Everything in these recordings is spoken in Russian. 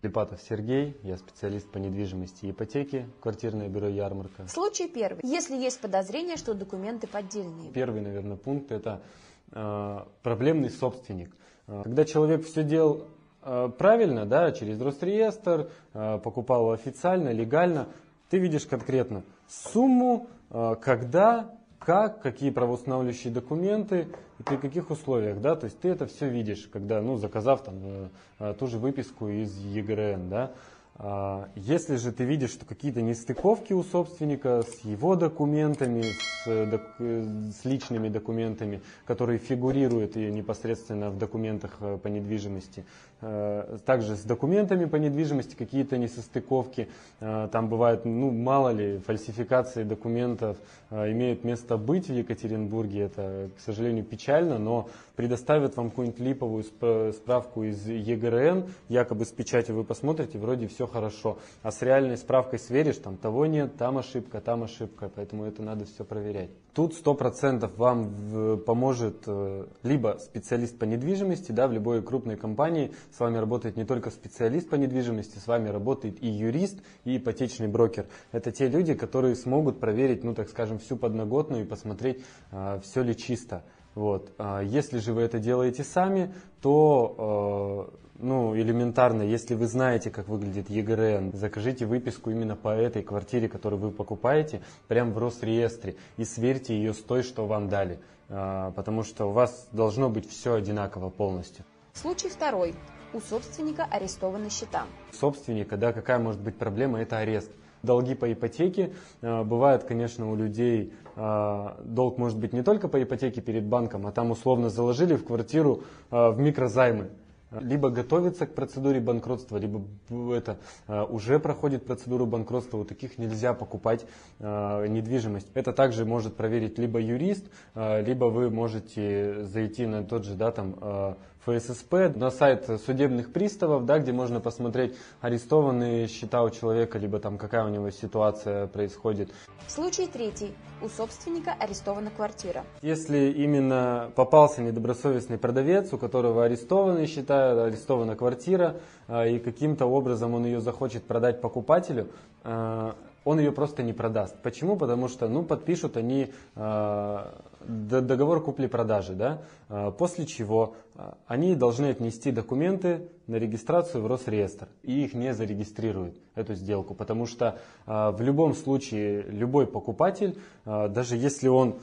Липатов Сергей, я специалист по недвижимости и ипотеке, квартирное бюро «Ярмарка». Случай первый. Если есть подозрение, что документы поддельные. Первый, наверное, пункт – это проблемный собственник. Когда человек все делал правильно, да, через Росреестр, покупал официально, легально, ты видишь конкретно сумму, когда, как, какие правоустанавливающие документы и при каких условиях, да, то есть ты это все видишь, когда, заказав там ту же выписку из ЕГРН, да. Если же ты видишь, что какие-то нестыковки у собственника с его документами, с личными документами, которые фигурируют и непосредственно в документах по недвижимости, также с документами по недвижимости какие-то несостыковки, там бывает, мало ли, фальсификации документов имеют место быть в Екатеринбурге, это, к сожалению, печально, но предоставят вам какую-нибудь липовую справку из ЕГРН, якобы с печатью вы посмотрите, вроде все хорошо, а с реальной справкой сверишь, там того нет, там ошибка, поэтому это надо все проверять. Тут 100% вам поможет либо специалист по недвижимости, да, в любой крупной компании с вами работает не только специалист по недвижимости, с вами работает и юрист, и ипотечный брокер. Это те люди, которые смогут проверить, так скажем, всю подноготную и посмотреть, все ли чисто. Вот. Если же вы это делаете сами, то элементарно, если вы знаете, как выглядит ЕГРН, закажите выписку именно по этой квартире, которую вы покупаете, прямо в Росреестре, и сверьте ее с той, что вам дали, потому что у вас должно быть все одинаково полностью. Случай второй. У собственника арестованы счета. Собственника, да, какая может быть проблема, это арест. Долги по ипотеке. Бывает, конечно, у людей долг может быть не только по ипотеке перед банком, а там условно заложили в квартиру в микрозаймы. Либо готовится к процедуре банкротства, либо это уже проходит процедуру банкротства. У таких нельзя покупать недвижимость. Это также может проверить либо юрист, либо вы можете зайти на тот же, ФССП, на сайт судебных приставов, да, где можно посмотреть арестованные счета у человека, либо там какая у него ситуация происходит. Случай третий. У собственника арестована квартира. Если именно попался недобросовестный продавец, у которого арестованы счета, арестована квартира, и каким-то образом он ее захочет продать покупателю, он ее просто не продаст. Почему? Потому что подпишут они договор купли-продажи, да? После чего они должны отнести документы на регистрацию в Росреестр, и их не зарегистрируют, эту сделку, потому что в любом случае любой покупатель, даже если он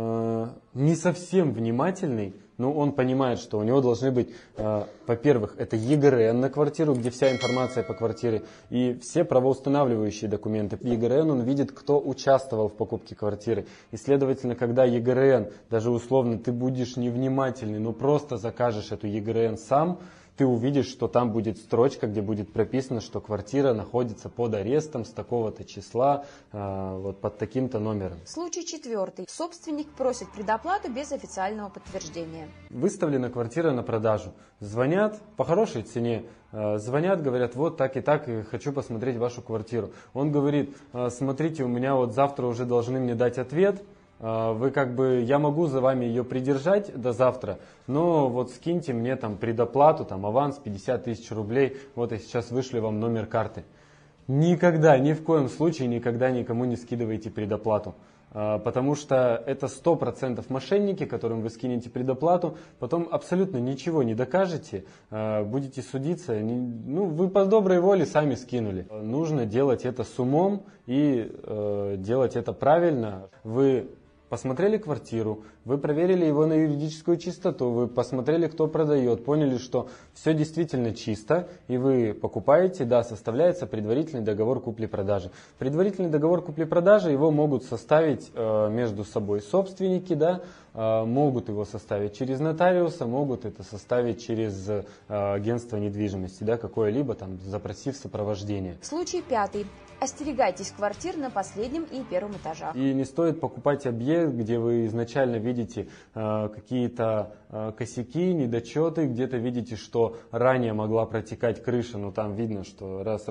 не совсем внимательный, но он понимает, что у него должны быть, во-первых, это ЕГРН на квартиру, где вся информация по квартире, и все правоустанавливающие документы. В ЕГРН он видит, кто участвовал в покупке квартиры. И, следовательно, когда ЕГРН, даже условно ты будешь невнимательный, но просто закажешь эту ЕГРН сам, ты увидишь, что там будет строчка, где будет прописано, что квартира находится под арестом с такого-то числа, под таким-то номером. Случай четвертый. Собственник просит предоплату без официального подтверждения. Выставлена квартира на продажу. Звонят по хорошей цене. Звонят, говорят, вот так и так, и хочу посмотреть вашу квартиру. Он говорит, смотрите, у меня вот завтра уже должны мне дать ответ. Вы я могу за вами ее придержать до завтра, но вот скиньте мне там предоплату, аванс 50 тысяч рублей, вот я сейчас вышлю вам номер карты. Никогда, ни в коем случае, никогда никому не скидывайте предоплату. Потому что это 100% мошенники, которым вы скинете предоплату, потом абсолютно ничего не докажете, будете судиться, вы по доброй воле сами скинули. Нужно делать это с умом и делать это правильно. Вы посмотрели квартиру, вы проверили его на юридическую чистоту, вы посмотрели, кто продает, поняли, что все действительно чисто, и вы покупаете, да, составляется предварительный договор купли-продажи. Предварительный договор купли-продажи, его могут составить между собой собственники, да, могут его составить через нотариуса, могут это составить через агентство недвижимости, да, какое-либо, запросив сопровождение. Случай пятый. Остерегайтесь квартир на последнем и первом этажах. И не стоит покупать объект, где вы изначально видите какие-то косяки, недочеты, где-то видите, что ранее могла протекать крыша, но там видно, что раз,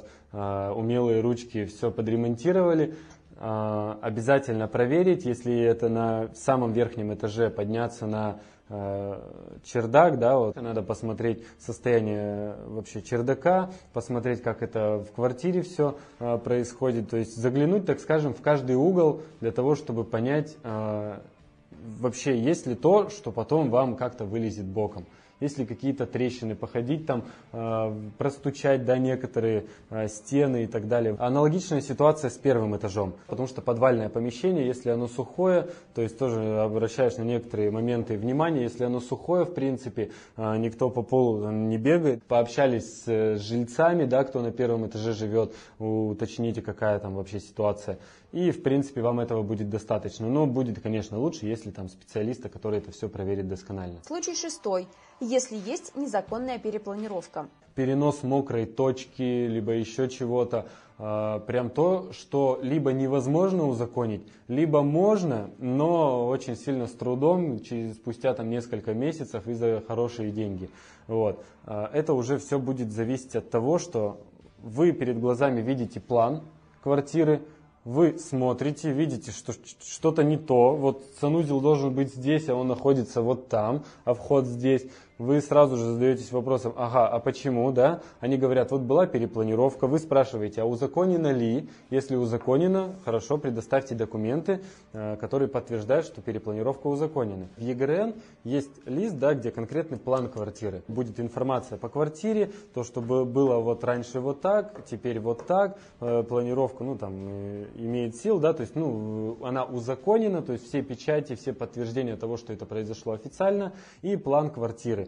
умелые ручки все подремонтировали. Обязательно проверить, если это на самом верхнем этаже, подняться на чердак, да, вот надо посмотреть состояние вообще чердака, посмотреть, как это в квартире все происходит, то есть заглянуть, так скажем, в каждый угол для того, чтобы понять, вообще есть ли то, что потом вам как-то вылезет боком. Если какие-то трещины, походить там, простучать, да, некоторые стены и так далее. Аналогичная ситуация с первым этажом, потому что подвальное помещение, если оно сухое, то есть тоже обращаешь на некоторые моменты внимание, если оно сухое, в принципе, никто по полу не бегает. Пообщались с жильцами, да, кто на первом этаже живет, уточните, какая там вообще ситуация. И, в принципе, вам этого будет достаточно. Но будет, конечно, лучше, если там специалиста, который это все проверит досконально. Случай 6. Если есть незаконная перепланировка. Перенос мокрой точки, либо еще чего-то. Прям то, что либо невозможно узаконить, либо можно, но очень сильно с трудом, спустя там несколько месяцев и за хорошие деньги. Вот. Это уже все будет зависеть от того, что вы перед глазами видите план квартиры, вы смотрите, видите, что что-то не то. Вот санузел должен быть здесь, а он находится вот там, а вход здесь. Вы сразу же задаетесь вопросом, ага, а почему, да? Они говорят, вот была перепланировка, вы спрашиваете, а узаконено ли? Если узаконено, хорошо, предоставьте документы, которые подтверждают, что перепланировка узаконена. В ЕГРН есть лист, да, где конкретный план квартиры. Будет информация по квартире, то, что было вот раньше вот так, теперь вот так, планировка, ну, там, имеет силу, да, то есть, ну, она узаконена, то есть все печати, все подтверждения того, что это произошло официально, и план квартиры.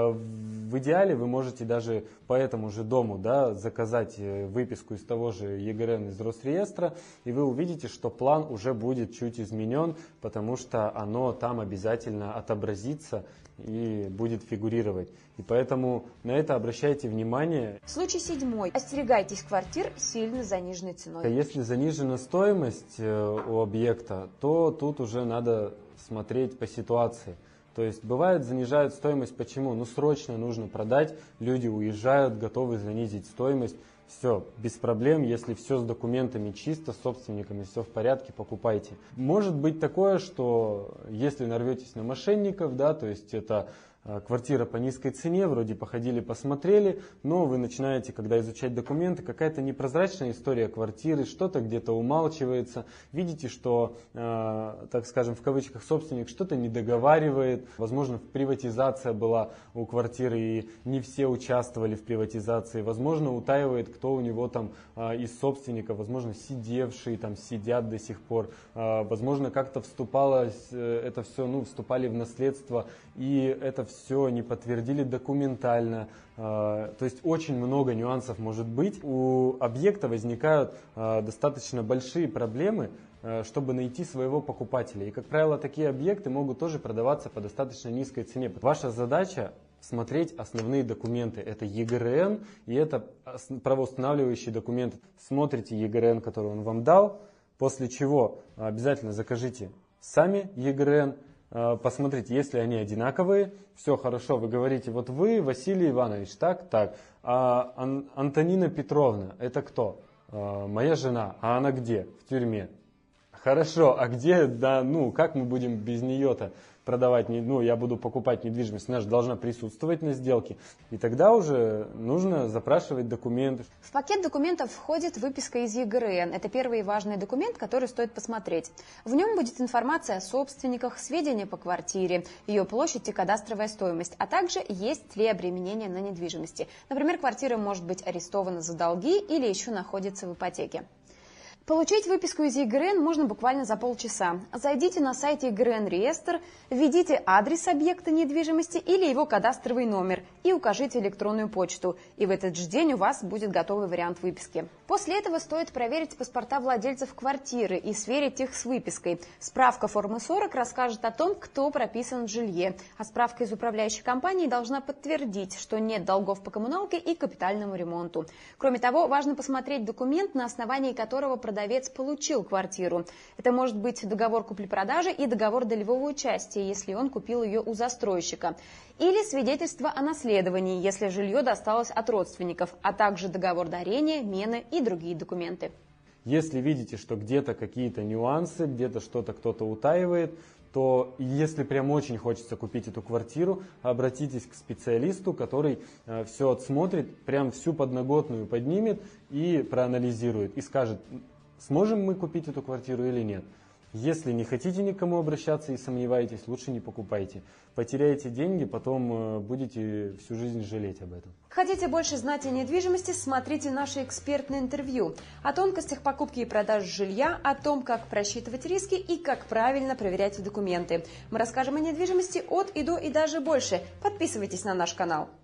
В идеале вы можете даже по этому же дому, да, заказать выписку из того же ЕГРН из Росреестра, и вы увидите, что план уже будет чуть изменен, потому что оно там обязательно отобразится и будет фигурировать. И поэтому на это обращайте внимание. Случай 7. Остерегайтесь квартир с сильно заниженной ценой. Если занижена стоимость у объекта, то тут уже надо смотреть по ситуации. То есть бывает занижают стоимость, почему? Ну срочно нужно продать, люди уезжают, готовы занизить стоимость. Все, без проблем, если все с документами чисто, с собственниками все в порядке, покупайте. Может быть такое, что если нарветесь на мошенников, да, то есть это квартира по низкой цене, вроде походили, посмотрели, но вы начинаете, когда изучать документы, какая-то непрозрачная история квартиры, что-то где-то умалчивается, видите, что, так скажем, в кавычках, собственник что-то не договаривает, возможно, приватизация была у квартиры и не все участвовали в приватизации, возможно, утаивает, кто у него там из собственников, возможно, сидевшие там сидят до сих пор, возможно, как-то вступало это все, ну, вступали в наследство, и это все не подтвердили документально. То есть очень много нюансов может быть. У объекта возникают достаточно большие проблемы, чтобы найти своего покупателя. И, как правило, такие объекты могут тоже продаваться по достаточно низкой цене. Ваша задача смотреть основные документы. Это ЕГРН и это правоустанавливающие документы. Смотрите ЕГРН, который он вам дал, после чего обязательно закажите сами ЕГРН. Посмотрите, если они одинаковые, все хорошо, вы говорите, вот вы, Василий Иванович, так, а Антонина Петровна, это кто? Моя жена, а она где? В тюрьме. Хорошо, а где, да, ну, как мы будем без нее-то продавать, ну, я буду покупать недвижимость, она же должна присутствовать на сделке. И тогда уже нужно запрашивать документы. В пакет документов входит выписка из ЕГРН. Это первый важный документ, который стоит посмотреть. В нем будет информация о собственниках, сведения по квартире, ее площадь и кадастровая стоимость, а также есть ли обременения на недвижимости. Например, квартира может быть арестована за долги или еще находится в ипотеке. Получить выписку из ЕГРН можно буквально за полчаса. Зайдите на сайт ЕГРН реестр, введите адрес объекта недвижимости или его кадастровый номер и укажите электронную почту. И в этот же день у вас будет готовый вариант выписки. После этого стоит проверить паспорта владельцев квартиры и сверить их с выпиской. Справка формы 40 расскажет о том, кто прописан в жилье, а справка из управляющей компании должна подтвердить, что нет долгов по коммуналке и капитальному ремонту. Кроме того, важно посмотреть документ, на основании которого продавец получил квартиру. Это может быть договор купли-продажи и договор долевого участия, если он купил ее у застройщика, или свидетельство о наследовании, если жилье досталось от родственников, а также договор дарения, мены и другие документы. Если видите, что где-то какие-то нюансы, где-то что-то кто-то утаивает, то если прям очень хочется купить эту квартиру, обратитесь к специалисту, который все отсмотрит, прям всю подноготную поднимет и проанализирует, и скажет, сможем мы купить эту квартиру или нет. Если не хотите никому обращаться и сомневаетесь, лучше не покупайте. Потеряете деньги, потом будете всю жизнь жалеть об этом. Хотите больше знать о недвижимости? Смотрите наши экспертные интервью о тонкостях покупки и продажи жилья, о том, как просчитывать риски и как правильно проверять документы. Мы расскажем о недвижимости от и до и даже больше. Подписывайтесь на наш канал.